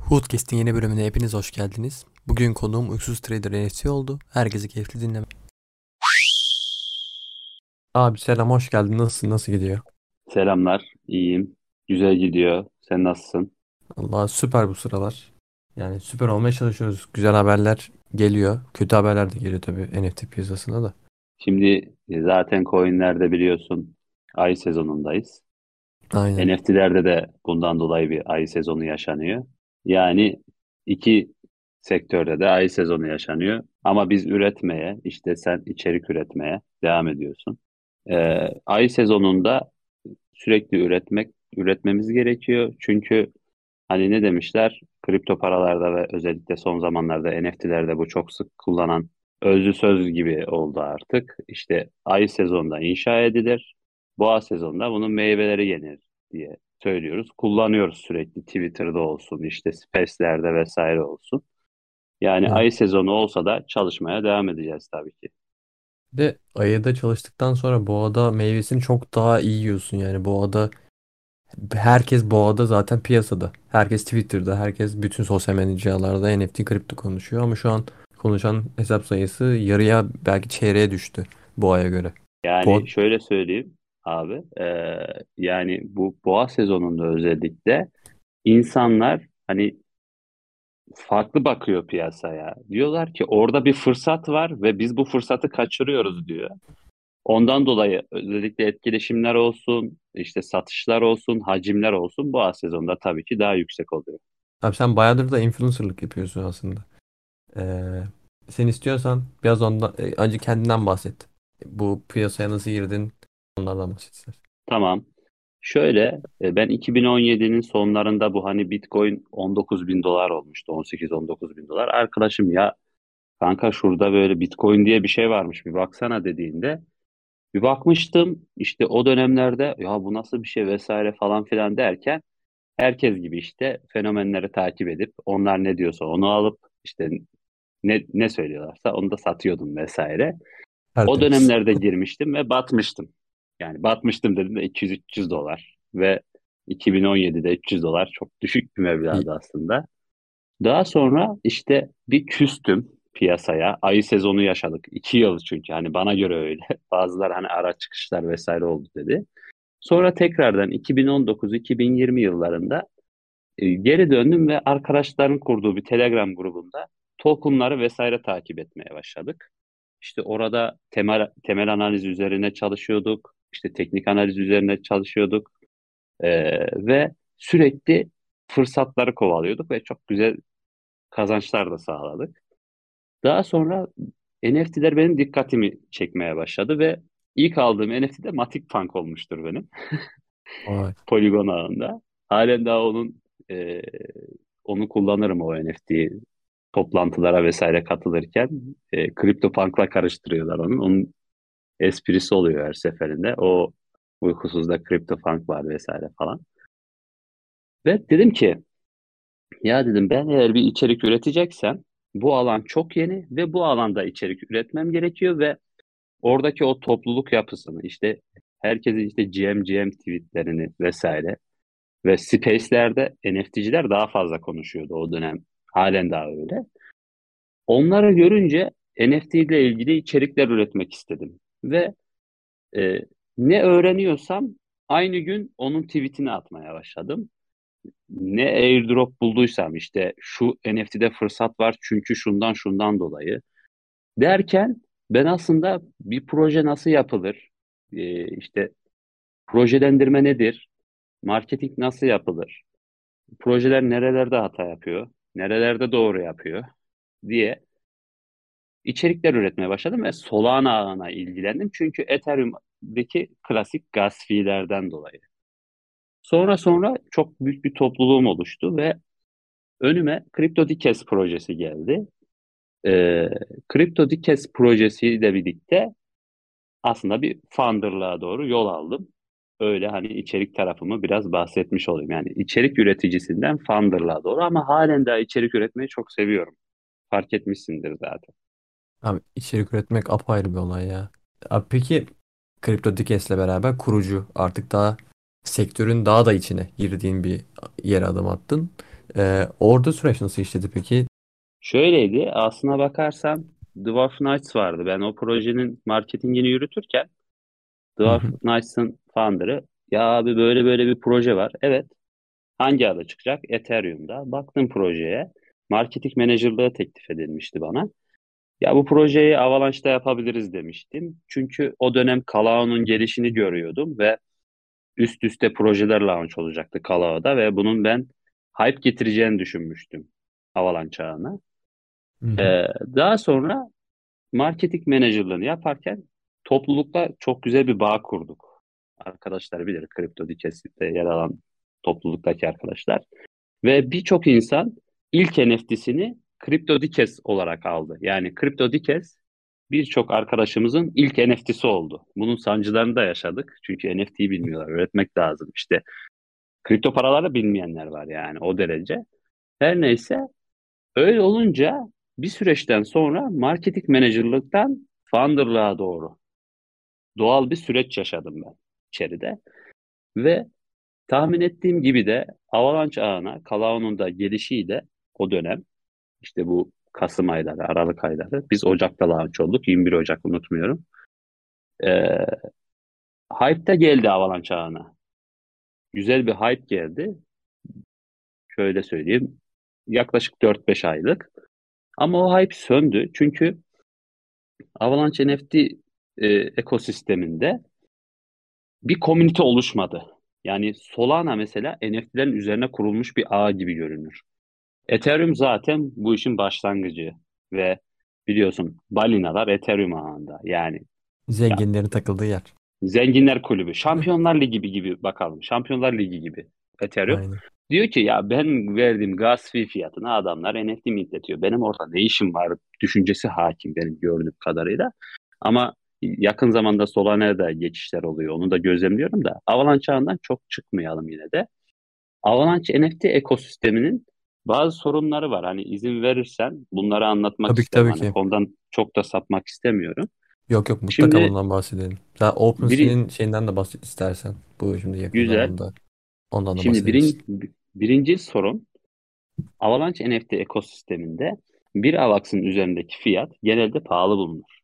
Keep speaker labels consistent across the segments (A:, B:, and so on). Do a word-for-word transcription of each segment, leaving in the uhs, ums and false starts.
A: Hoodcast'in yeni bölümüne hepiniz hoş geldiniz. Bugün konuğum Uykusuz Trader N F T oldu. Herkese keyifli dinleme. Abi selam, hoş geldin. Nasılsın? Nasıl gidiyor?
B: Selamlar, iyiyim. Güzel gidiyor. Sen nasılsın?
A: Allah süper bu sıralar. Yani süper olmaya çalışıyoruz. Güzel haberler geliyor. Kötü haberler de geliyor tabii N F T piyasasına da.
B: Şimdi e, zaten coinlerde biliyorsun ay sezonundayız.
A: Aynen.
B: N F T'lerde de bundan dolayı bir ay sezonu yaşanıyor. Yani iki sektörde de ay sezonu yaşanıyor. Ama biz üretmeye, işte sen içerik üretmeye devam ediyorsun. Ee, ay sezonunda sürekli üretmek, üretmemiz gerekiyor. Çünkü hani ne demişler? Kripto paralarda ve özellikle son zamanlarda N F T'lerde bu çok sık kullanan özlü söz gibi oldu artık. İşte ay sezonunda inşa edilir, boğa sezonunda bunun meyveleri yenir diye söylüyoruz. Kullanıyoruz sürekli Twitter'da olsun, işte Space'lerde vesaire olsun. Yani
A: Evet.
B: ay sezonu olsa da çalışmaya devam edeceğiz tabii ki.
A: Bir de ayıda çalıştıktan sonra boğada meyvesini çok daha iyi yiyorsun. Yani boğada herkes boğada zaten piyasada. Herkes Twitter'da, herkes bütün sosyal mecralarda N F T kripto konuşuyor ama şu an konuşan hesap sayısı yarıya belki çeyreğe düştü boğaya göre.
B: Yani
A: Boğa,
B: şöyle söyleyeyim abi, eee, yani bu boğa sezonunda özellikle insanlar hani farklı bakıyor piyasaya. Diyorlar ki orada bir fırsat var ve biz bu fırsatı kaçırıyoruz diyor. Ondan dolayı özellikle etkileşimler olsun, işte satışlar olsun, hacimler olsun bu sezonda tabii ki daha yüksek oluyor.
A: abi sen bayağıdır da influencerlık yapıyorsun aslında. Ee, Sen istiyorsan biraz ondan, e, önce kendinden bahset. Bu piyasaya nasıl girdin? Onlardan bahset istersen.
B: Tamam. Şöyle e, ben iki bin on yedinin sonlarında bu hani Bitcoin on dokuz bin dolar olmuştu. on sekiz on dokuz bin dolar. Arkadaşım ya kanka şurada böyle Bitcoin diye bir şey varmış bir baksana dediğinde bir bakmıştım işte o dönemlerde ya bu nasıl bir şey vesaire falan filan derken herkes gibi işte fenomenleri takip edip onlar ne diyorsa onu alıp işte ne, ne söylüyorlarsa onu da satıyordum vesaire. O
A: Tertemiz.
B: dönemlerde girmiştim ve batmıştım. Yani batmıştım dedim de iki yüz üç yüz dolar ve iki bin on yedide üç yüz dolar çok düşük bir
A: İyi.
B: meblağdı aslında. Daha sonra işte bir küstüm piyasaya. Ayı sezonu yaşadık. iki yıl çünkü hani bana göre öyle. Bazıları hani ara çıkışlar vesaire oldu dedi. Sonra tekrardan iki bin on dokuz-iki bin yirmi yıllarında e, geri döndüm ve arkadaşların kurduğu bir Telegram grubunda tokenları vesaire takip etmeye başladık. İşte orada temel, temel analiz üzerine çalışıyorduk. İşte teknik analiz üzerine çalışıyorduk. Ee, ve sürekli fırsatları kovalıyorduk ve çok güzel kazançlar da sağladık. Daha sonra N F T'ler benim dikkatimi çekmeye başladı ve ilk aldığım N F T de Matic Punk olmuştur benim.
A: Vay.
B: Polygon ağında. Halen daha onun e, onu kullanırım o N F T'yi toplantılara vesaire katılırken. E, CryptoPunk'la karıştırıyorlar onun. Onun esprisi oluyor her seferinde. O uykusuzda CryptoPunk var vesaire falan. Ve dedim ki ya dedim ben eğer bir içerik üreteceksem bu alan çok yeni ve bu alanda içerik üretmem gerekiyor ve oradaki o topluluk yapısını işte herkesin işte G M G M tweetlerini vesaire ve Space'lerde N F T'ciler daha fazla konuşuyordu o dönem. Halen daha öyle. Onları görünce N F T ile ilgili içerikler üretmek istedim. Ve e, ne öğreniyorsam aynı gün onun tweetini atmaya başladım. Ne airdrop bulduysam işte şu N F T'de fırsat var çünkü şundan şundan dolayı derken ben aslında bir proje nasıl yapılır? Ee, işte projelendirme nedir? Marketing nasıl yapılır? Projeler nerelerde hata yapıyor? Nerelerde doğru yapıyor? Diye içerikler üretmeye başladım ve Solana ağına ilgilendim. Çünkü Ethereum'daki klasik gas fee'lerden dolayı. Sonra sonra çok büyük bir topluluğum oluştu ve önüme CryptoDices projesi geldi. Ee, CryptoDices projesiyle birlikte aslında bir founder'lığa doğru yol aldım. Öyle hani içerik tarafımı biraz bahsetmiş olayım. Yani içerik üreticisinden founder'lığa doğru ama halen daha içerik üretmeyi çok seviyorum. Fark etmişsindir zaten.
A: Abi içerik üretmek apayrı bir olay ya. Abi peki CryptoDices'le beraber kurucu artık daha sektörün daha da içine girdiğin bir yere adım attın. Ee, orada süreç nasıl işledi peki?
B: Şöyleydi, aslına bakarsan Dwarf Knights vardı. Ben o projenin marketingini yürütürken
A: Hı
B: Dwarf
A: hı.
B: Knights'ın founder'ı, ya abi böyle böyle bir proje var. Evet. Hangi ada çıkacak? Ethereum'da. Baktım projeye. Marketing menajerlığı teklif edilmişti bana. Ya bu projeyi Avalanche'da yapabiliriz demiştim. Çünkü o dönem Kalao'nun gelişini görüyordum ve üst üste projeler launch olacaktı Kalao'da ve bunun ben hype getireceğini düşünmüştüm Avalanche çağına.
A: Hı hı.
B: Ee, daha sonra marketing menajerlığını yaparken toplulukla çok güzel bir bağ kurduk. Arkadaşlar bilir, CryptoDices'te yer alan topluluktaki arkadaşlar. Ve birçok insan ilk N F T'sini CryptoDices olarak aldı. Yani CryptoDices birçok arkadaşımızın ilk N F T'si oldu. Bunun sancılarını da yaşadık. Çünkü N F T'yi bilmiyorlar. Öğretmek lazım. İşte kripto paraları bilmeyenler var yani o derece. Her neyse, öyle olunca bir süreçten sonra marketing managerlıktan founderlığa doğru doğal bir süreç yaşadım ben içeride. Ve tahmin ettiğim gibi de Avalanche ağına, Kalao'nun da gelişiyle o dönem, İşte bu Kasım ayları, Aralık ayları. Biz Ocak'ta launch olduk. yirmi bir Ocak unutmuyorum. Ee, Hype de geldi Avalanche ağına. Güzel bir hype geldi. Şöyle söyleyeyim. Yaklaşık dört beş aylık. Ama o hype söndü. Çünkü Avalanche N F T e, ekosisteminde bir komünite oluşmadı. Yani Solana mesela N F T'lerin üzerine kurulmuş bir ağ gibi görünür. Ethereum zaten bu işin başlangıcı ve biliyorsun balinalar Ethereum ağında. Yani ya,
A: Zenginlerin takıldığı yer.
B: Zenginler Kulübü. Şampiyonlar Ligi gibi gibi bakalım. Şampiyonlar Ligi gibi. Ethereum.
A: Aynen.
B: Diyor ki ya ben verdiğim gas fee fiyatına adamlar N F T mintletiyor. Benim orada ne işim var düşüncesi hakim benim gördüğüm kadarıyla. Ama yakın zamanda Solana'ya da geçişler oluyor. Onu da gözlemliyorum da. Avalanche ağından çok çıkmayalım yine de. Avalanche N F T ekosisteminin bazı sorunları var. Hani izin verirsen bunları anlatmak
A: Tabii ki
B: isterim.
A: tabii
B: Hani
A: ki.
B: konudan çok da sapmak istemiyorum.
A: Yok yok, mutlaka
B: Şimdi
A: bundan bahsedelim. Sen
B: biri
A: OpenSea'nin şeyinden de bahset istersen. Bu şimdi yakın
B: güzel.
A: zamanda. Ondan da
B: Şimdi
A: bahsederiz.
B: birin, birinci sorun, Avalanche N F T ekosisteminde bir Avax'ın üzerindeki fiyat genelde pahalı bulunur.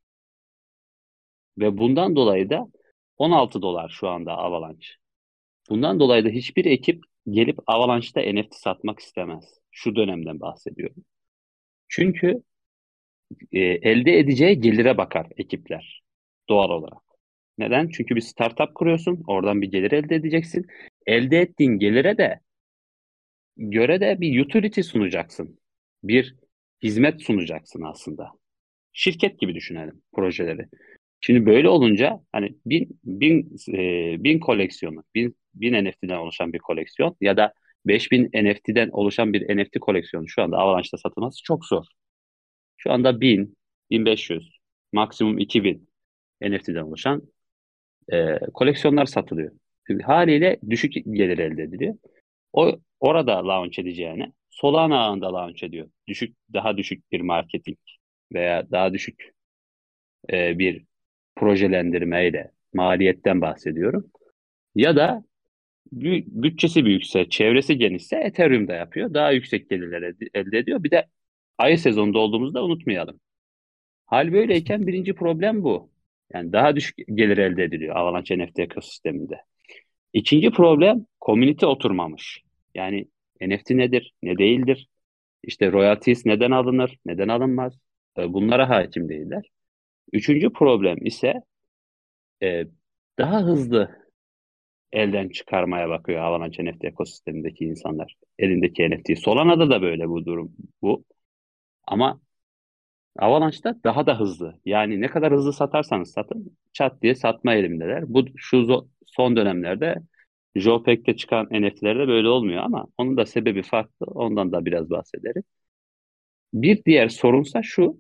B: Ve bundan dolayı da on altı dolar şu anda Avalanche. Bundan dolayı da hiçbir ekip gelip Avalanche'da N F T satmak istemez. Şu dönemden bahsediyorum. Çünkü e, elde edeceği gelire bakar ekipler doğal olarak. Neden? Çünkü bir startup kuruyorsun, oradan bir gelir elde edeceksin. Elde ettiğin gelire de göre de bir utility sunacaksın. Bir hizmet sunacaksın aslında. Şirket gibi düşünelim projeleri. Şimdi böyle olunca hani bin, bin, e, bin koleksiyonu, bin, bin N F T'den oluşan bir koleksiyon ya da beş bin N F T'den oluşan bir N F T koleksiyonu şu anda Avalanche'da satılması çok zor. Şu anda bin, bin beş yüz, maksimum iki bin N F T'den oluşan e, koleksiyonlar satılıyor. Haliyle düşük gelir elde ediliyor. O orada launch edeceğine Solana ağında launch ediyor. Düşük, daha düşük bir marketing veya daha düşük e, bir projelendirmeyle maliyetten bahsediyorum. Ya da bü- bütçesi büyükse, çevresi genişse Ethereum'da yapıyor. Daha yüksek gelirler ed- elde ediyor. Bir de ayı sezonunda olduğumuzda unutmayalım. Hal böyleyken birinci problem bu. Yani daha düşük gelir elde ediliyor Avalanche N F T ekosisteminde. İkinci problem, komünite oturmamış. Yani N F T nedir, ne değildir? İşte royalties neden alınır, neden alınmaz? E, Bunlara hakim değiller. Üçüncü problem ise e, daha hızlı elden çıkarmaya bakıyor Avalanche N F T ekosistemindeki insanlar. Elindeki N F T'yi. Solana'da da böyle bu durum bu. Ama Avalanche'da daha da hızlı. Yani ne kadar hızlı satarsanız satın çat diye satma eğilimindeler. Bu şu zo- son dönemlerde JPEG'de çıkan N F T'lerde böyle olmuyor ama onun da sebebi farklı. Ondan da biraz bahsederiz. Bir diğer sorunsa şu: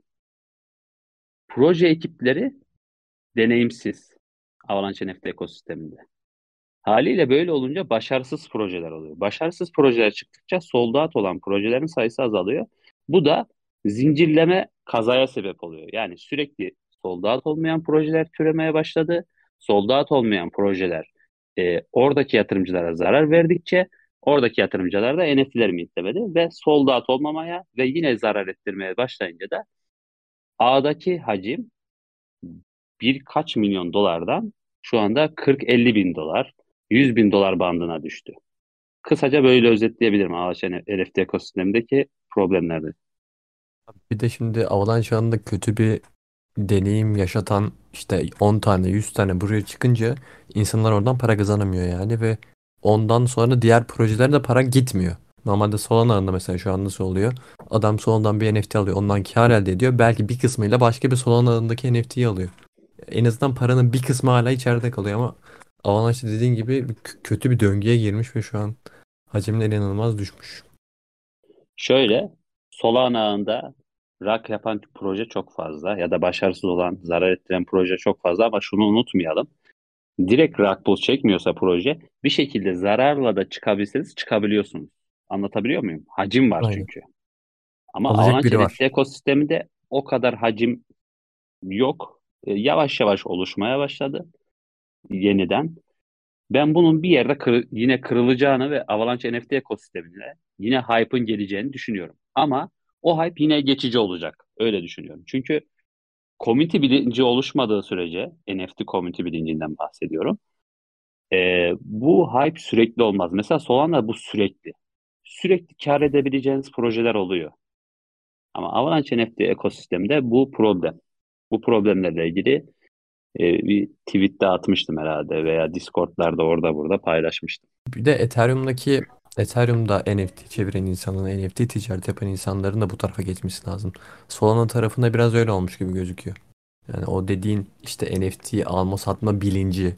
B: proje ekipleri deneyimsiz Avalanche N F T ekosisteminde. Haliyle böyle olunca başarısız projeler oluyor. Başarısız projeler çıktıkça sold out olan projelerin sayısı azalıyor. Bu da zincirleme kazaya sebep oluyor. Yani sürekli sold out olmayan projeler türemeye başladı. Sold out olmayan projeler e, oradaki yatırımcılara zarar verdikçe Oradaki yatırımcılar da N F T'leri mintlemedi ve sold out olmamaya ve yine zarar ettirmeye başlayınca da ağdaki hacim birkaç milyon dolardan şu anda kırk elli bin dolar, yüz bin dolar bandına düştü. Kısaca böyle özetleyebilirim Ağaç N F T ekosistemindeki problemleri.
A: Bir de şimdi Avalanche ağında kötü bir deneyim yaşatan işte on tane yüz tane buraya çıkınca insanlar oradan para kazanamıyor yani ve ondan sonra diğer projelere de para gitmiyor. Normalde Solana ağında mesela şu an nasıl oluyor? Adam Solana'dan bir N F T alıyor. Ondan kar elde ediyor. Belki bir kısmıyla başka bir Solana ağındaki N F T'yi alıyor. En azından paranın bir kısmı hala içeride kalıyor ama Avalanche dediğin gibi bir k- kötü bir döngüye girmiş ve şu an hacimleri inanılmaz düşmüş.
B: Şöyle, Solana ağında rak yapan proje çok fazla ya da başarısız olan, zarar ettiren proje çok fazla ama şunu unutmayalım. Direkt rug pull çekmiyorsa proje bir şekilde zararla da çıkabilirseniz çıkabiliyorsunuz. Anlatabiliyor muyum? Hacim var
A: Aynen.
B: çünkü. Ama
A: Alacak biri
B: Avalanche
A: var.
B: N F T ekosisteminde o kadar hacim yok. E, yavaş yavaş oluşmaya başladı yeniden. Ben bunun bir yerde kırı- yine kırılacağını ve Avalanche N F T ekosistemine yine hype'ın geleceğini düşünüyorum. Ama o hype yine geçici olacak. Öyle düşünüyorum. Çünkü community bilinci oluşmadığı sürece, N F T community bilincinden bahsediyorum. Ee, bu hype sürekli olmaz. Mesela Solana bu sürekli. Sürekli kar edebileceğiniz projeler oluyor. Ama Avalanche N F T ekosistemde bu problem. Bu problemlerle ilgili e, bir tweette atmıştım herhalde veya Discord'larda orada burada paylaşmıştım.
A: Bir de Ethereum'daki Ethereum'da N F T çeviren insanın, N F T ticaret yapan insanların da bu tarafa geçmesi lazım. Solana tarafında biraz öyle olmuş gibi gözüküyor. Yani o dediğin işte N F T alma satma bilinci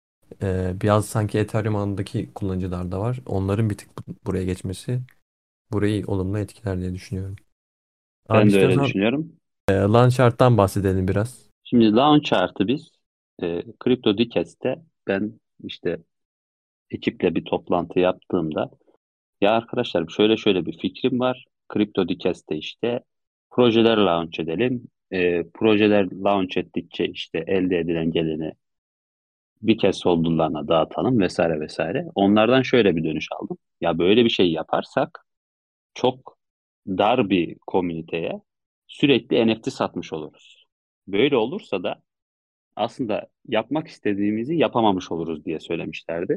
A: e, biraz sanki Ethereum ağındaki kullanıcılarda var. Onların bir tık bu- buraya geçmesi burayı olumlu etkiler diye düşünüyorum. Abi
B: Ben de öyle
A: istiyorsan
B: düşünüyorum.
A: e, Launchard'dan bahsedelim biraz.
B: Şimdi launch chart'ı biz e, CryptoDices'te ben işte ekiple bir toplantı yaptığımda ya arkadaşlar şöyle şöyle bir fikrim var. CryptoDices'te işte projeler launch edelim. E, projeler launch ettikçe işte elde edilen geliri bir kez holder'larına dağıtalım vesaire vesaire. Onlardan şöyle bir dönüş aldım. Ya böyle bir şey yaparsak çok dar bir komüniteye sürekli N F T satmış oluruz. Böyle olursa da aslında yapmak istediğimizi yapamamış oluruz diye söylemişlerdi.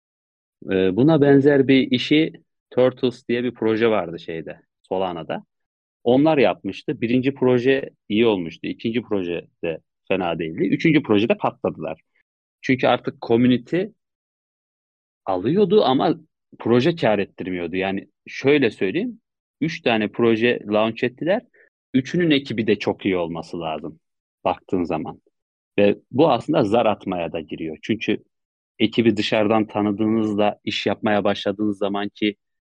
B: Ee, buna benzer bir işi Turtles diye bir proje vardı şeyde, Solana'da. Onlar yapmıştı. Birinci proje iyi olmuştu. İkinci proje de fena değildi. Üçüncü projede patladılar. Çünkü artık community alıyordu ama proje kâr ettirmiyordu. Yani şöyle söyleyeyim. Üç tane proje launch ettiler. Üçünün ekibi de çok iyi olması lazım baktığın zaman. Ve bu aslında zar atmaya da giriyor. Çünkü ekibi dışarıdan tanıdığınızda, iş yapmaya başladığınız zamanki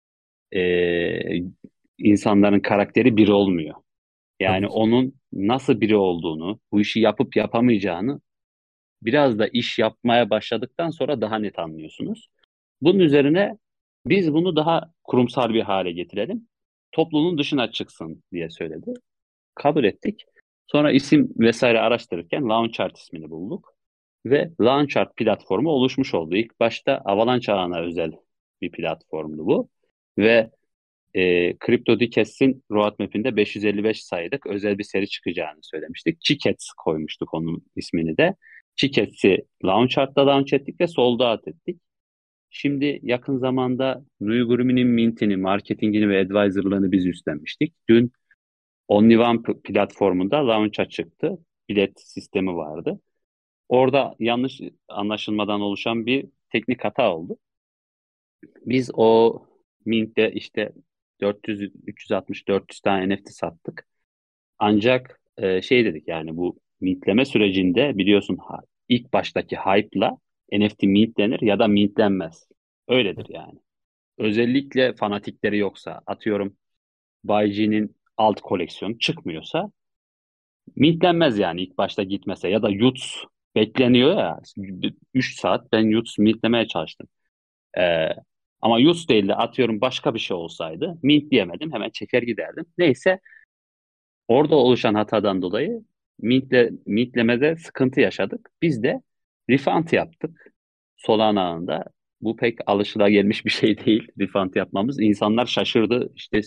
B: e, insanların karakteri bir olmuyor. Yani
A: Tabii ki.
B: onun nasıl biri olduğunu, bu işi yapıp yapamayacağını biraz da iş yapmaya başladıktan sonra daha net anlıyorsunuz. Bunun üzerine biz bunu daha kurumsal bir hale getirelim. Topluluğun dışına çıksın diye söyledi. Kabul ettik. Sonra isim vesaire araştırırken Launchart ismini bulduk. Ve Launchart platformu oluşmuş oldu. İlk başta Avalanche ağına özel bir platformdu bu. Ve e, CryptoDices'in roadmap'inde beş yüz elli beş sayılık özel bir seri çıkacağını söylemiştik. Chickets koymuştuk onun ismini de. Chickets'i Launchart'ta launch ettik ve sold out ettik. Şimdi yakın zamanda Nui Gurumi'nin mintini, marketingini ve advisor'larını biz üstlenmiştik. Dün OmniOne p- platformunda launch'a çıktı. Bilet sistemi vardı. Orada yanlış anlaşılmadan oluşan bir teknik hata oldu. Biz o Mint'te işte dört yüz, üç yüz altmış, dört yüz tane N F T sattık. Ancak e, şey dedik yani bu mintleme sürecinde biliyorsun ha- ilk baştaki hype'la N F T mintlenir ya da mintlenmez. Öyledir yani. Özellikle fanatikleri yoksa atıyorum Bay G'nin alt koleksiyonu çıkmıyorsa mintlenmez yani ilk başta gitmese ya da Y U T S bekleniyor ya üç saat ben Y U T S mintlemeye çalıştım. Ee, ama Y U T S değil de atıyorum başka bir şey olsaydı mint diyemedim hemen çeker giderdim. Neyse orada oluşan hatadan dolayı mintle, mintlemede sıkıntı yaşadık. Biz de refund yaptık Solana ağında. Bu pek alışılagelmiş bir şey değil. Refund yapmamız. İnsanlar şaşırdı. İşte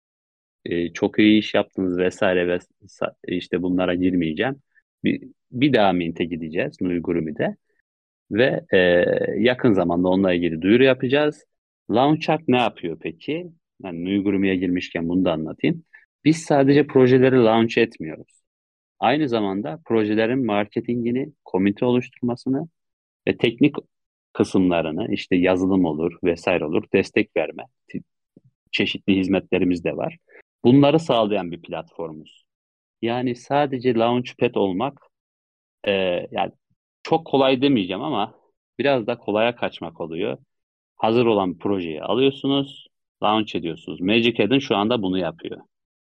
B: e, çok iyi iş yaptınız vesaire ve sa- işte bunlara girmeyeceğim. Bir, bir daha Mint'e gideceğiz Nuigurumi'de ve e, yakın zamanda onunla ilgili duyuru yapacağız. Launchart ne yapıyor peki? Yani Nuigurumi'ye girmişken bunu da anlatayım. Biz sadece projeleri launch etmiyoruz. Aynı zamanda projelerin marketingini, komite oluşturmasını ve teknik kısımlarını işte yazılım olur vesaire olur destek verme. Çeşitli hizmetlerimiz de var. Bunları sağlayan bir platformuz. Yani sadece Launchpad olmak e, yani çok kolay demeyeceğim ama biraz da kolaya kaçmak oluyor. Hazır olan bir projeyi alıyorsunuz, launch ediyorsunuz. Magic Eden şu anda bunu yapıyor.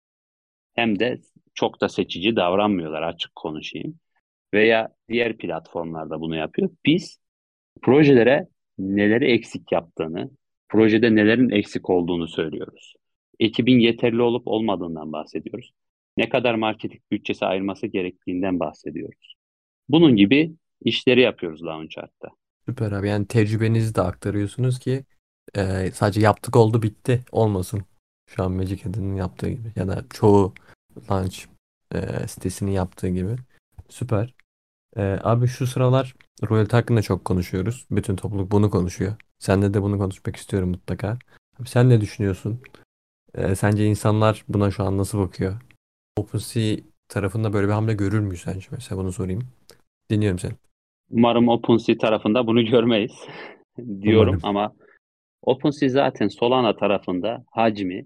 B: Hem de çok da seçici davranmıyorlar açık konuşayım. Veya diğer platformlarda bunu yapıyor. Biz projelere neleri eksik yaptığını, projede nelerin eksik olduğunu söylüyoruz. Ekibin yeterli olup olmadığından bahsediyoruz. Ne kadar marketing bütçesi ayırması gerektiğinden bahsediyoruz. Bunun gibi işleri yapıyoruz Launchard'da.
A: Süper abi. Yani tecrübenizi de aktarıyorsunuz ki e, sadece yaptık oldu bitti olmasın. Şu an Magic Eden'in yaptığı gibi ya da çoğu launch e, sitesinin yaptığı gibi. Süper. E, abi şu sıralar royalty hakkında çok konuşuyoruz. Bütün topluluk bunu konuşuyor. Seninle de bunu konuşmak istiyorum mutlaka. Abi sen ne düşünüyorsun? E, sence insanlar buna şu an nasıl bakıyor? OpenSea tarafında böyle bir hamle görür müyüz sence? Mesela bunu sorayım. Dinliyorum seni.
B: Umarım OpenSea tarafında bunu görmeyiz diyorum
A: Umarım.
B: ama OpenSea zaten Solana tarafında hacmi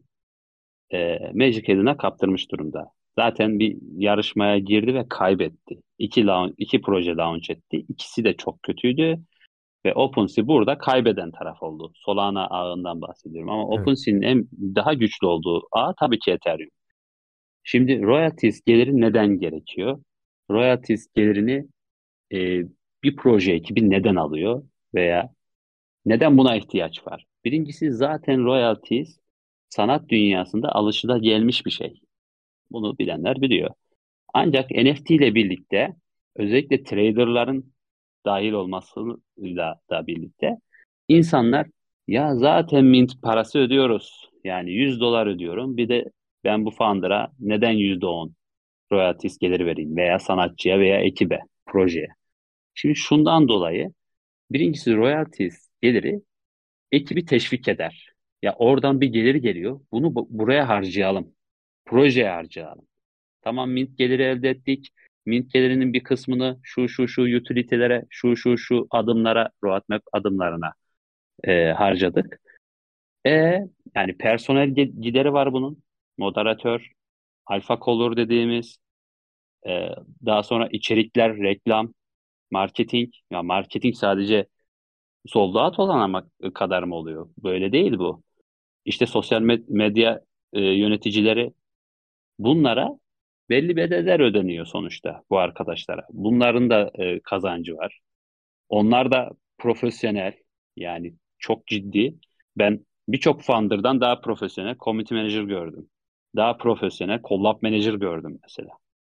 B: e, Magic Eden'a kaptırmış durumda. Zaten bir yarışmaya girdi ve kaybetti. İki, launch, iki proje launch etti. İkisi de çok kötüydü. Ve OpenSea burada kaybeden taraf oldu. Solana ağından bahsediyorum. Ama
A: Evet.
B: OpenSea'nin en daha güçlü olduğu ağ tabii ki Ethereum. Şimdi royalties geliri neden gerekiyor? Royalties gelirini e, bir proje ekibi neden alıyor veya neden buna ihtiyaç var? Birincisi zaten royalties sanat dünyasında alışılagelmiş bir şey. Bunu bilenler biliyor. Ancak N F T ile birlikte özellikle traderların dahil olmasıyla da birlikte insanlar ya zaten mint parası ödüyoruz. Yani yüz dolar ödüyorum. Bir de ben bu founder'a neden yüzde on royalties geliri vereyim veya sanatçıya veya ekibe, projeye. Şimdi şundan dolayı birincisi royalties geliri ekibi teşvik eder. Ya oradan bir gelir geliyor. Bunu bu- buraya harcayalım. Projeye harcayalım. Tamam mint geliri elde ettik. Mint gelirinin bir kısmını şu şu şu utility'lere, şu şu şu adımlara, roadmap adımlarına e, harcadık. E yani personel ge- gideri var bunun. Moderatör, alfa color dediğimiz, e, daha sonra içerikler, reklam, marketing. Ya marketing sadece sold out olan ama kadar mı oluyor? Böyle değil bu. İşte sosyal med- medya e, yöneticileri bunlara belli bedeller ödeniyor sonuçta bu arkadaşlara. Bunların da e, kazancı var. Onlar da profesyonel yani çok ciddi. Ben birçok founder'dan daha profesyonel community manager gördüm. Daha profesyonel collab manager gördüm mesela.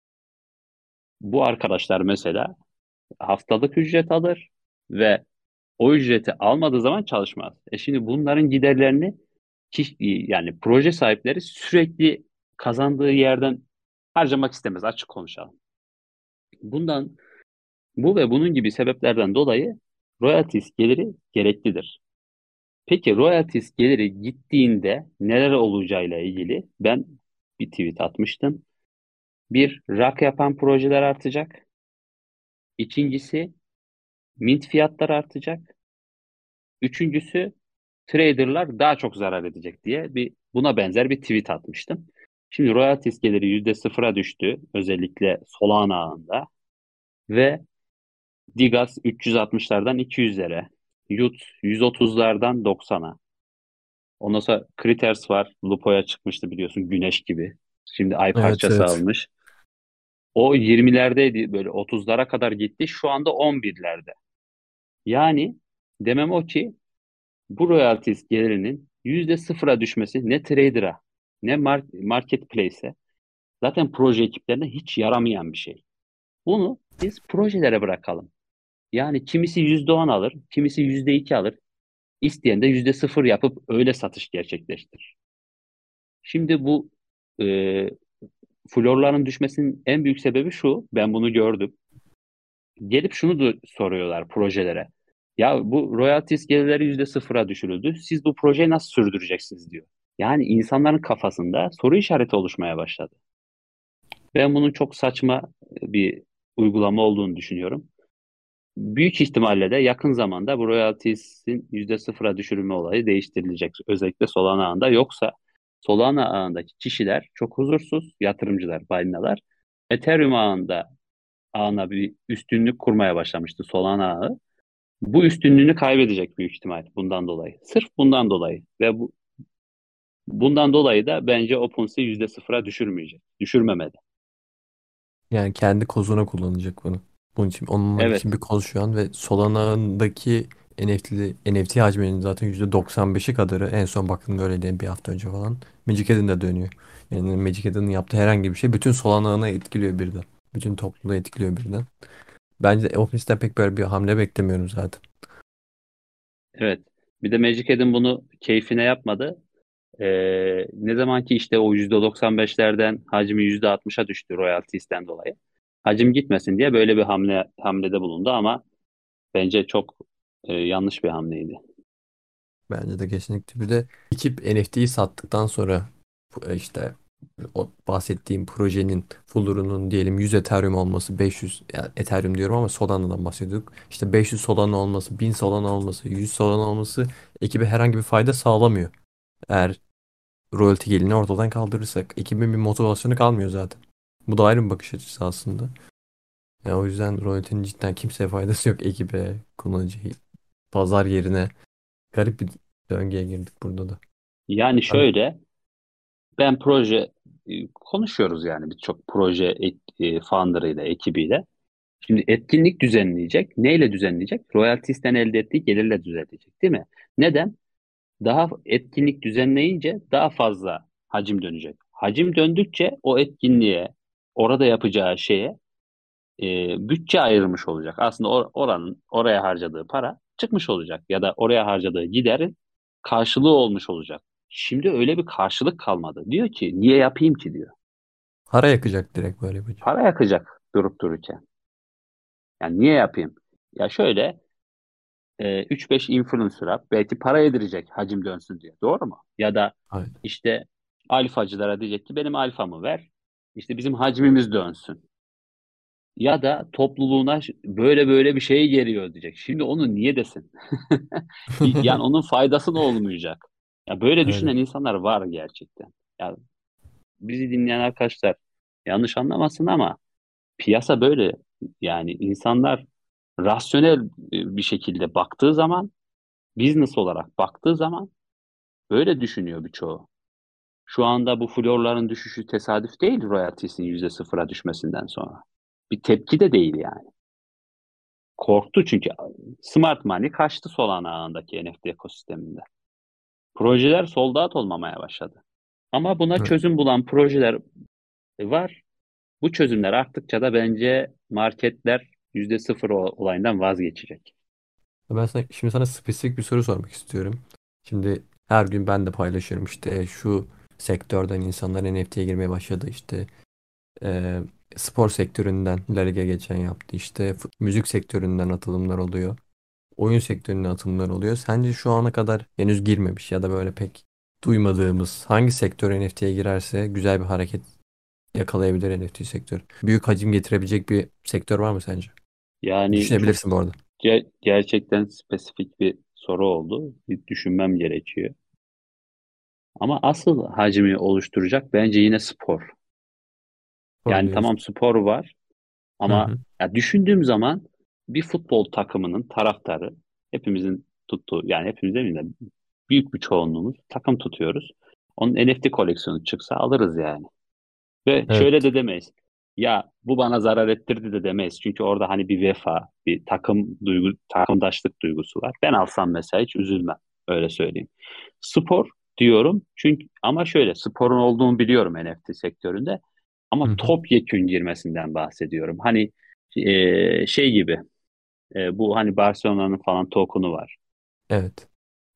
B: Bu arkadaşlar mesela haftalık ücret alır ve o ücreti almadığı zaman çalışmaz. E şimdi bunların giderlerini kişi, yani proje sahipleri sürekli kazandığı yerden harcamak istemez açık konuşalım. Bundan bu ve bunun gibi sebeplerden dolayı royalties geliri gereklidir. Peki royalties geliri gittiğinde neler olacağıyla ilgili ben bir tweet atmıştım. Bir, rak yapan projeler artacak. İkincisi, mint fiyatları artacak. Üçüncüsü, traderlar daha çok zarar edecek diye bir buna benzer bir tweet atmıştım. Şimdi royalties geliri yüzde sıfıra düştü. Özellikle Solana ağında. Ve Digas üç yüz altmışlardan iki yüzlere. Y U T yüz otuzlardan doksana. Ondan sonra Critters var. Lupo'ya çıkmıştı biliyorsun güneş gibi. Şimdi ay
A: Evet,
B: parçası
A: evet.
B: almış. O yirmilerdeydi böyle otuzlara kadar gitti. Şu anda on birlerde. Yani demem o ki bu royalties gelirinin yüzde sıfıra düşmesi ne trader'a ne mar- marketplace'e zaten proje ekiplerine hiç yaramayan bir şey. Bunu biz projelere bırakalım. Yani kimisi yüzde on alır, kimisi yüzde iki alır. İsteyen de yüzde sıfır yapıp öyle satış gerçekleştirir. Şimdi bu e, florların düşmesinin en büyük sebebi şu. Ben bunu gördüm. Gelip şunu da soruyorlar projelere. Ya bu royalties gelirleri yüzde sıfıra düşürüldü. Siz bu projeyi nasıl sürdüreceksiniz diyor. Yani insanların kafasında soru işareti oluşmaya başladı. Ben bunun çok saçma bir uygulama olduğunu düşünüyorum. Büyük ihtimalle de yakın zamanda bu royalties'in yüzde sıfıra düşürülme olayı değiştirilecek. Özellikle Solana ağında. Yoksa Solana ağındaki kişiler çok huzursuz, yatırımcılar, balinalar. Ethereum ağında ağına bir üstünlük kurmaya başlamıştı Solana ağı. Bu üstünlüğünü kaybedecek büyük ihtimal bundan dolayı. Sırf bundan dolayı ve bu bundan dolayı da bence OpenSea yüzde sıfıra düşürmeyecek. Düşürmemeli.
A: Yani kendi kozuna kullanacak bunu. Bunun için onunla için
B: Evet,
A: bir koz şu an ve Solana'daki N F T, N F T hacminin zaten yüzde doksan beşi kadarı en son baktığımda öyleydi bir hafta önce falan. Magic Eden'de dönüyor. Yani Magic Eden'ın yaptığı herhangi bir şey bütün Solana'nı etkiliyor birden. Bütün topluluğu etkiliyor birden. Bence Office'te pek böyle bir hamle beklemiyorum zaten.
B: evet. Bir de Magic Eden bunu keyfine yapmadı. Ee, ne zaman ki işte o yüzde doksan beşlerden hacmi yüzde altmışa düştü royalties'ten dolayı. Hacim gitmesin diye böyle bir hamle hamlede bulundu ama bence çok e, yanlış bir hamleydi.
A: Bence de kesinlikle. Bir de ekip N F T'yi sattıktan sonra bu- e, işte o bahsettiğim projenin Fuller'ının diyelim yüz Ethereum olması, beş yüz yani Ethereum diyorum ama Solana'dan bahsediyorduk. İşte beş yüz Solana olması, bin Solana olması, yüz Solana olması ekibe herhangi bir fayda sağlamıyor. Eğer royalty gelini ortadan kaldırırsak ekibin bir motivasyonu kalmıyor zaten. Bu da ayrı bir bakış açısı aslında. Yani o yüzden royalty'nin cidden kimseye faydası yok ekibe, kullanıcı, pazar yerine. Garip bir döngüye girdik burada da.
B: Yani
A: Abi,
B: şöyle ben proje e, konuşuyoruz yani birçok proje et, e, founder'ıyla, ekibiyle. Şimdi etkinlik düzenleyecek. Neyle düzenleyecek? Royalties'ten elde ettiği gelirle düzenleyecek, değil mi? Neden? Daha etkinlik düzenleyince daha fazla hacim dönecek. Hacim döndükçe o etkinliğe, orada yapacağı şeye e, bütçe ayırmış olacak. Aslında or- oranın oraya harcadığı para çıkmış olacak ya da oraya harcadığı giderin karşılığı olmuş olacak. Şimdi öyle bir karşılık kalmadı. Diyor ki niye yapayım ki diyor.
A: para yakacak direkt böyle yapacak.
B: Para yakacak durup dururken. Yani niye yapayım? Ya şöyle e, üç beş influencer'a belki para yedirecek hacim dönsün diye. Doğru mu? Ya da
A: Aynen.
B: işte alfacılara diyecek ki benim alfamı ver. İşte bizim hacmimiz dönsün. Ya da topluluğuna ş- böyle böyle bir şey geliyor diyecek. Şimdi onu niye desin? Yani onun faydası da olmayacak. Ya böyle
A: Öyle.
B: düşünen insanlar var gerçekten. Ya bizi dinleyen arkadaşlar yanlış anlamasın ama piyasa böyle. Yani insanlar rasyonel e, bir şekilde baktığı zaman, business olarak baktığı zaman böyle düşünüyor birçoğu. Şu anda bu florların düşüşü tesadüf değil royalties'in yüzde sıfıra düşmesinden sonra. Bir tepki de değil yani. Korktu çünkü smart money kaçtı Solana ağındaki N F T ekosisteminde. Projeler sold out olmamaya başladı. Ama buna
A: Evet.
B: çözüm bulan projeler var. Bu çözümler arttıkça da bence marketler yüzde sıfır o- olayından vazgeçecek.
A: Ben sana, şimdi sana spesifik bir soru sormak istiyorum. Şimdi her gün ben de paylaşıyorum işte şu sektörden insanlar N F T'ye girmeye başladı işte e, spor sektöründen La Liga geçen yaptı işte fut- müzik sektöründen atılımlar oluyor. Oyun sektörüne atılımlar oluyor. Sence şu ana kadar henüz girmemiş ya da böyle pek duymadığımız hangi sektör N F T'ye girerse güzel bir hareket yakalayabilir N F T sektörü? Büyük hacim getirebilecek bir sektör var mı sence?
B: Yani çok
A: Düşünebilirsin bu arada.
B: ge- gerçekten spesifik bir soru oldu. Bir düşünmem gerekiyor. Ama asıl hacmi oluşturacak bence yine spor.
A: Doğru
B: Yani
A: diyorsun.
B: tamam spor var
A: Hı
B: ama
A: hı.
B: ya düşündüğüm zaman bir futbol takımının taraftarı hepimizin tuttuğu yani hepimiz demeyeyim de büyük bir çoğunluğumuz takım tutuyoruz. Onun N F T koleksiyonu çıksa alırız yani. Ve şöyle
A: Evet.
B: de demeyiz. Ya bu bana zarar ettirdi de demeyiz. Çünkü orada hani bir vefa, bir takım duygu, takımdaşlık duygusu var. Ben alsam mesela hiç üzülmem. Öyle söyleyeyim. Spor diyorum. Çünkü ama şöyle sporun olduğunu biliyorum N F T sektöründe.
A: Hı
B: Ama
A: hı.
B: topyekün girmesinden bahsediyorum. Hani e, şey gibi e, bu hani Barcelona'nın falan token'u var.
A: Evet.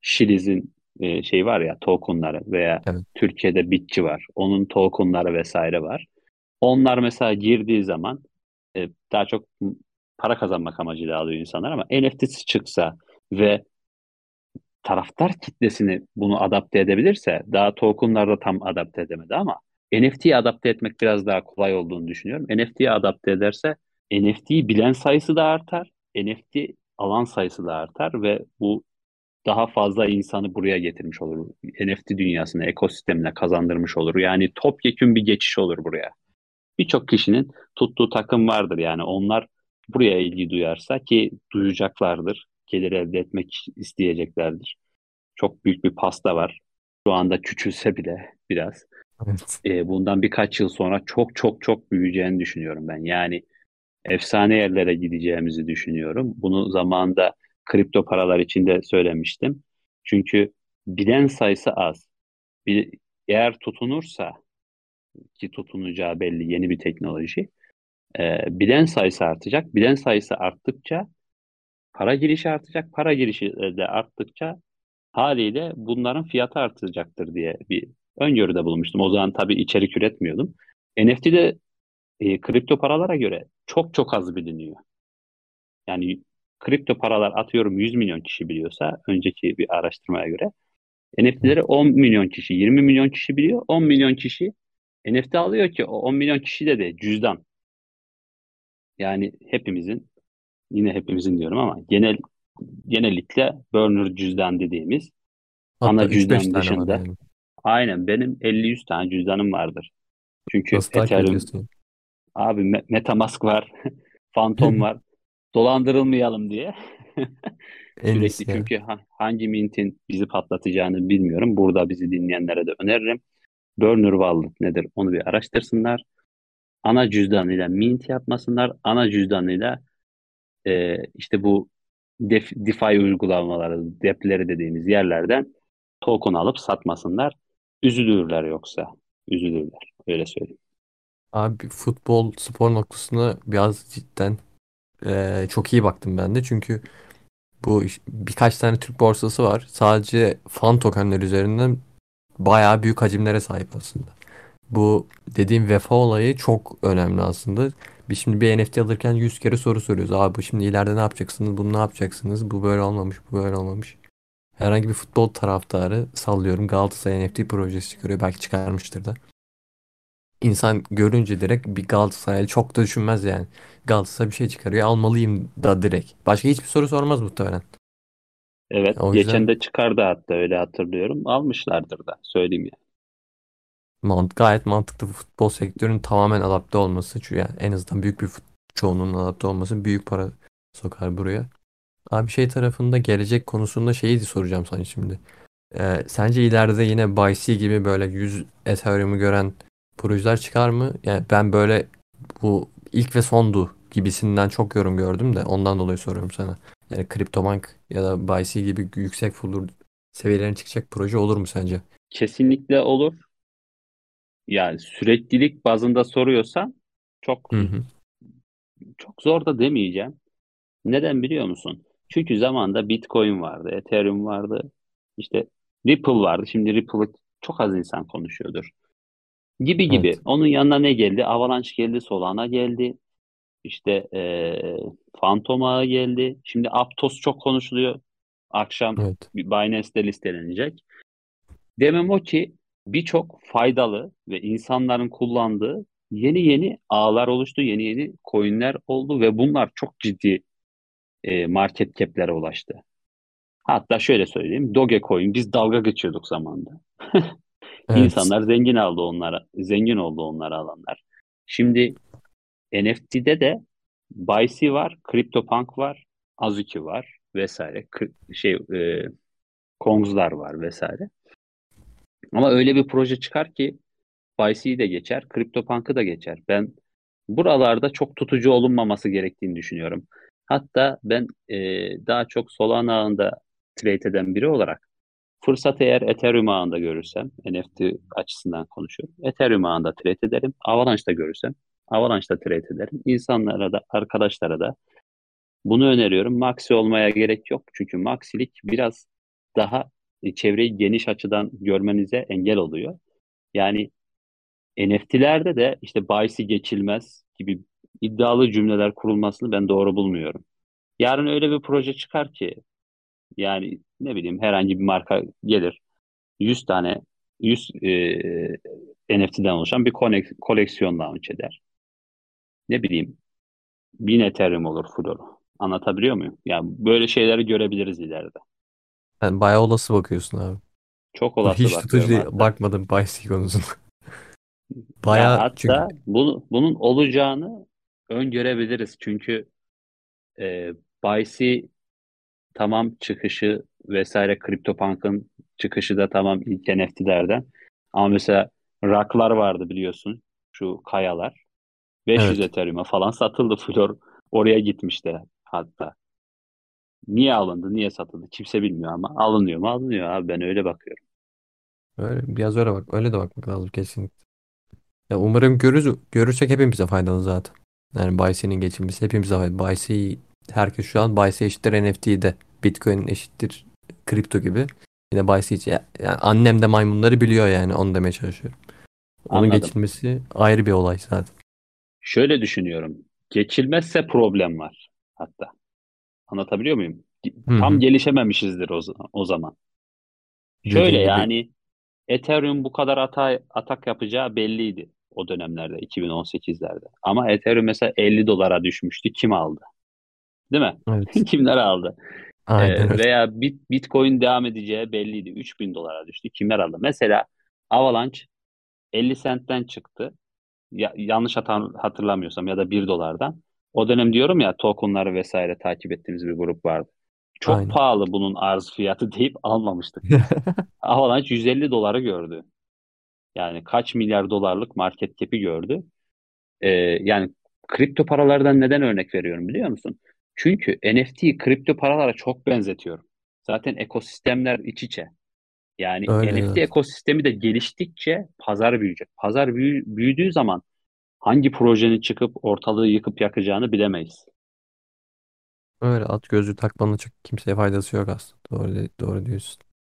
B: Shiliz'in e, şey var ya, tokenları veya
A: Evet.
B: Türkiye'de Bitçi var. Onun tokenları vesaire var. Onlar mesela girdiği zaman e, daha çok para kazanmak amacıyla alıyor insanlar, ama N F T'si çıksa ve taraftar kitlesini bunu adapte edebilirse, daha tokenlar da tam adapte edemedi ama N F T'yi adapte etmek biraz daha kolay olduğunu düşünüyorum. N F T'yi adapte ederse N F T'yi bilen sayısı da artar, N F T alan sayısı da artar ve bu daha fazla insanı buraya getirmiş olur. N F T dünyasına, ekosistemine kazandırmış olur. Yani topyekün bir geçiş olur buraya. Birçok kişinin tuttuğu takım vardır, yani onlar buraya ilgi duyarsa, ki duyacaklardır, gelir elde etmek isteyeceklerdir. Çok büyük bir pasta var. Şu anda küçülse bile biraz.
A: Evet.
B: E, bundan birkaç yıl sonra çok çok çok büyüyeceğini düşünüyorum ben. Yani efsane yerlere gideceğimizi düşünüyorum. Bunu zamanında kripto paralar için de söylemiştim. Çünkü bilen sayısı az. Bir, eğer tutunursa, ki tutunacağı belli, yeni bir teknoloji, e, bilen sayısı artacak. Bilen sayısı arttıkça para girişi artacak. Para girişi de arttıkça haliyle bunların fiyatı artacaktır diye bir öngörüde bulunmuştum. O zaman tabii içerik üretmiyordum. N F T'de e, kripto paralara göre çok çok az biliniyor. Yani kripto paralar, atıyorum yüz milyon kişi biliyorsa önceki bir araştırmaya göre, N F T'leri on milyon kişi, yirmi milyon kişi biliyor. on milyon kişi N F T alıyor, ki o on milyon kişi de de cüzdan. Yani hepimizin, yine hepimizin diyorum ama genel genellikle burner cüzdan dediğimiz
A: Hatta
B: ana
A: üç beş
B: cüzdan
A: tane var
B: dışında,
A: yani.
B: aynen benim elli yüz tane cüzdanım vardır. Çünkü
A: Nasıl takip
B: Ethereum,
A: ediyorsun?
B: abi Me- MetaMask var, Phantom var. Dolandırılmayalım diye.
A: En
B: Sürekli,
A: iyisi ya.
B: çünkü ha- hangi mintin bizi patlatacağını bilmiyorum. Burada bizi dinleyenlere de öneririm. Burner Wallet nedir? Onu bir araştırsınlar. Ana cüzdanıyla mint yapmasınlar. Ana cüzdanıyla e, işte bu Def, DeFi uygulamaları, depleri dediğimiz yerlerden token alıp satmasınlar. Üzülürler yoksa. Üzülürler. Öyle söyleyeyim.
A: Abi futbol spor noktasına biraz cidden eee, çok iyi baktım ben de. Çünkü bu iş- birkaç tane Türk borsası var. Sadece fan tokenler üzerinden bayağı büyük hacimlere sahip aslında. Bu dediğim vefa olayı çok önemli aslında. Biz şimdi bir N F T alırken yüz kere soru soruyoruz. Abi bu şimdi ileride ne yapacaksınız? Bunu ne yapacaksınız? Bu böyle olmamış, bu böyle olmamış. Herhangi bir futbol taraftarı, sallıyorum, Galatasaray N F T projesi çıkarıyor. Belki çıkarmıştır da. İnsan görünce direkt bir Galatasaraylı çok da düşünmez yani. Galatasaray bir şey çıkarıyor, almalıyım da direkt. Başka hiçbir soru sormaz muhtemelen.
B: Evet.
A: O
B: Geçen
A: yüzden
B: de çıkardı hatta, öyle hatırlıyorum. Almışlardır da. Söyleyeyim ya.
A: mant gayet mantıklı, futbol sektörünün tamamen adapte olması. Çünkü yani en azından büyük bir fut- çoğunluğunun adapte olması büyük para sokar buraya. Abi şey tarafında, gelecek konusunda şeyi soracağım sana şimdi. Ee, sence ileride yine Bice gibi böyle yüz Ethereum'u gören projeler çıkar mı? Yani ben böyle bu ilk ve sondu gibisinden çok yorum gördüm de ondan dolayı soruyorum sana. Yani CryptoPunk ya da Bice gibi yüksek fulur seviyelerine çıkacak proje olur mu sence?
B: Kesinlikle olur. Yani süreklilik bazında soruyorsan çok
A: Hı hı.
B: çok zor da demeyeceğim. Neden biliyor musun? Çünkü zamanında Bitcoin vardı, Ethereum vardı, işte Ripple vardı. Şimdi Ripple'ı çok az insan konuşuyordur. Gibi gibi.
A: Evet.
B: Onun yanına ne geldi? Avalanche geldi, Solana geldi. İşte eee Phantom Ağı geldi. Şimdi Aptos çok konuşuluyor. Akşam
A: Evet.
B: bir Binance'de listelenecek. Demem o ki, birçok faydalı ve insanların kullandığı yeni yeni ağlar oluştu, yeni yeni coinler oldu ve bunlar çok ciddi e, market cap'lere ulaştı. Hatta şöyle söyleyeyim, Dogecoin, biz dalga geçiyorduk zamanında.
A: Evet.
B: İnsanlar zengin aldı onlara, zengin oldu onlara alanlar. Şimdi N F T'de de Bice var, CryptoPunk var, Azuki var vesaire. Kı- şey e, Kongzlar var vesaire. Ama öyle bir proje çıkar ki Bice'yi de geçer, CryptoPunk'ı da geçer. Ben buralarda çok tutucu olunmaması gerektiğini düşünüyorum. Hatta ben e, daha çok Solana ağında trade eden biri olarak, fırsat eğer Ethereum ağında görürsem, N F T açısından konuşuyorum, Ethereum ağında trade ederim. Avalanche'da görürsem Avalanche'da trade ederim. İnsanlara da, arkadaşlara da bunu öneriyorum. Maxi olmaya gerek yok. Çünkü maxilik biraz daha e, çevreyi geniş açıdan görmenize engel oluyor. Yani N F T'lerde de işte bahisi geçilmez gibi iddialı cümleler kurulmasını ben doğru bulmuyorum. Yarın öyle bir proje çıkar ki yani ne bileyim herhangi bir marka gelir yüz tane yüz e, N F T'den oluşan bir konek- koleksiyon launch eder. Ne bileyim bin Ethereum olur full. Anlatabiliyor muyum? Yani böyle şeyleri görebiliriz ileride.
A: Yani bayağı olası bakıyorsun abi.
B: Çok
A: Dur,
B: olası
A: hiç
B: bakıyorum
A: tutucu
B: hatta.
A: bakmadım bahis konusuna.
B: Ya
A: Bayağı çünkü
B: hatta bunu, bunun olacağını öngörebiliriz. Çünkü e, Baysi tamam çıkışı vesaire CryptoPunk'ın çıkışı da tamam ilk N F T'lerden. Ama mesela Rock'lar vardı biliyorsun. Şu kayalar. beş yüz
A: evet.
B: Ethereum'a falan satıldı. Flor oraya gitmişti hatta. Niye alındı, niye satıldı kimse bilmiyor ama alınıyor mu? Alınıyor abi ben öyle bakıyorum.
A: Öyle biraz öyle bak. Öyle de bakmak lazım kesinlikle. Ya umarım görürüz, görürsek hepimize faydalı zaten. Yani Bayesi'nin geçilmesi hepimize faydalı. Bayesi herkes şu an Bayesi eşittir N F T'de. Bitcoin eşittir kripto gibi. Yine Bayesi için. Ya- Yani annem de maymunları biliyor yani onu demeye çalışıyorum. Onun
B: Anladım.
A: geçilmesi ayrı bir olay zaten.
B: Şöyle düşünüyorum. Geçilmezse problem var hatta. Anlatabiliyor muyum?
A: Hı
B: Tam
A: hı.
B: gelişememişizdir o, z- o zaman. Şöyle
A: Dediğin gibi
B: yani Ethereum bu kadar ata, atak yapacağı belliydi o dönemlerde iki bin on sekizlerde. Ama Ethereum mesela elli dolara düşmüştü. Kim aldı? Değil mi?
A: evet.
B: Kimler aldı?
A: Aynen
B: Ee,
A: öyle.
B: veya bit, Bitcoin devam edeceği belliydi. üç bin dolara düştü. Kimler aldı? Mesela Avalanche elli centten çıktı. Ya- yanlış hata- hatırlamıyorsam ya da bir dolardan. O dönem diyorum ya tokenları vesaire takip ettiğimiz bir grup vardı. Çok
A: Aynen.
B: pahalı bunun arz fiyatı deyip almamıştık biz. Avalanche yüz elli doları gördü. Yani kaç milyar dolarlık market cap'i gördü. Ee, yani kripto paralardan neden örnek veriyorum biliyor musun? Çünkü N F T'yi kripto paralara çok benzetiyorum. Zaten ekosistemler iç içe. Yani
A: Öyle
B: N F T
A: evet.
B: ekosistemi de geliştikçe pazar büyüyecek. Pazar büyü- büyüdüğü zaman hangi projenin çıkıp ortalığı yıkıp yakacağını bilemeyiz.
A: Öyle at gözlüğü takmanın çok kimseye faydası yok aslında. Doğru, doğru diyorsun.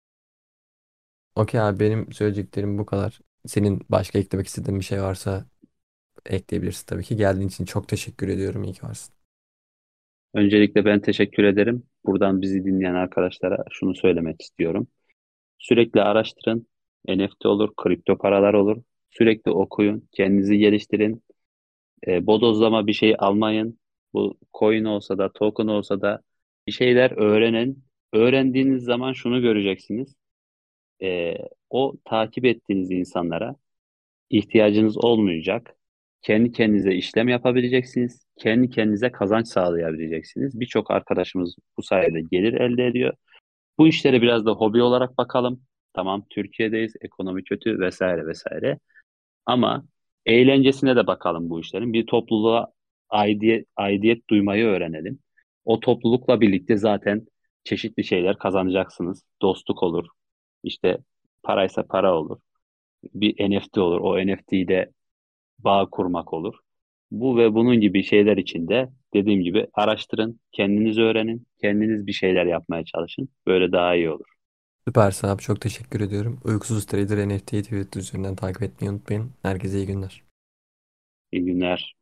A: Okey abi benim söyleyeceklerim bu kadar. Senin başka eklemek istediğin bir şey varsa ekleyebilirsin tabii ki. Geldiğin için çok teşekkür ediyorum. İyi ki varsın.
B: Öncelikle ben teşekkür ederim. Buradan bizi dinleyen arkadaşlara şunu söylemek istiyorum. Sürekli araştırın. N F T olur, kripto paralar olur. Sürekli okuyun, kendinizi geliştirin. E, bodozlama bir şey almayın. Bu coin olsa da, token olsa da bir şeyler öğrenin. Öğrendiğiniz zaman şunu göreceksiniz. E, o takip ettiğiniz insanlara ihtiyacınız olmayacak. Kendi kendinize işlem yapabileceksiniz. Kendi kendinize kazanç sağlayabileceksiniz. Birçok arkadaşımız bu sayede gelir elde ediyor. Bu işlere biraz da hobi olarak bakalım. Tamam, Türkiye'deyiz, ekonomi kötü vesaire vesaire. Ama eğlencesine de bakalım bu işlerin. Bir topluluğa aidiyet, aidiyet duymayı öğrenelim. O toplulukla birlikte zaten çeşitli şeyler kazanacaksınız. Dostluk olur. İşte paraysa para olur. Bir N F T olur. O N F T'yi de bağ kurmak olur. Bu ve bunun gibi şeyler için de dediğim gibi araştırın, kendiniz öğrenin, kendiniz bir şeyler yapmaya çalışın. Böyle daha iyi olur.
A: Süpersin abi çok teşekkür ediyorum. Uykusuz Trader N F T'yi Twitter üzerinden takip etmeyi unutmayın. Herkese iyi günler.
B: İyi günler.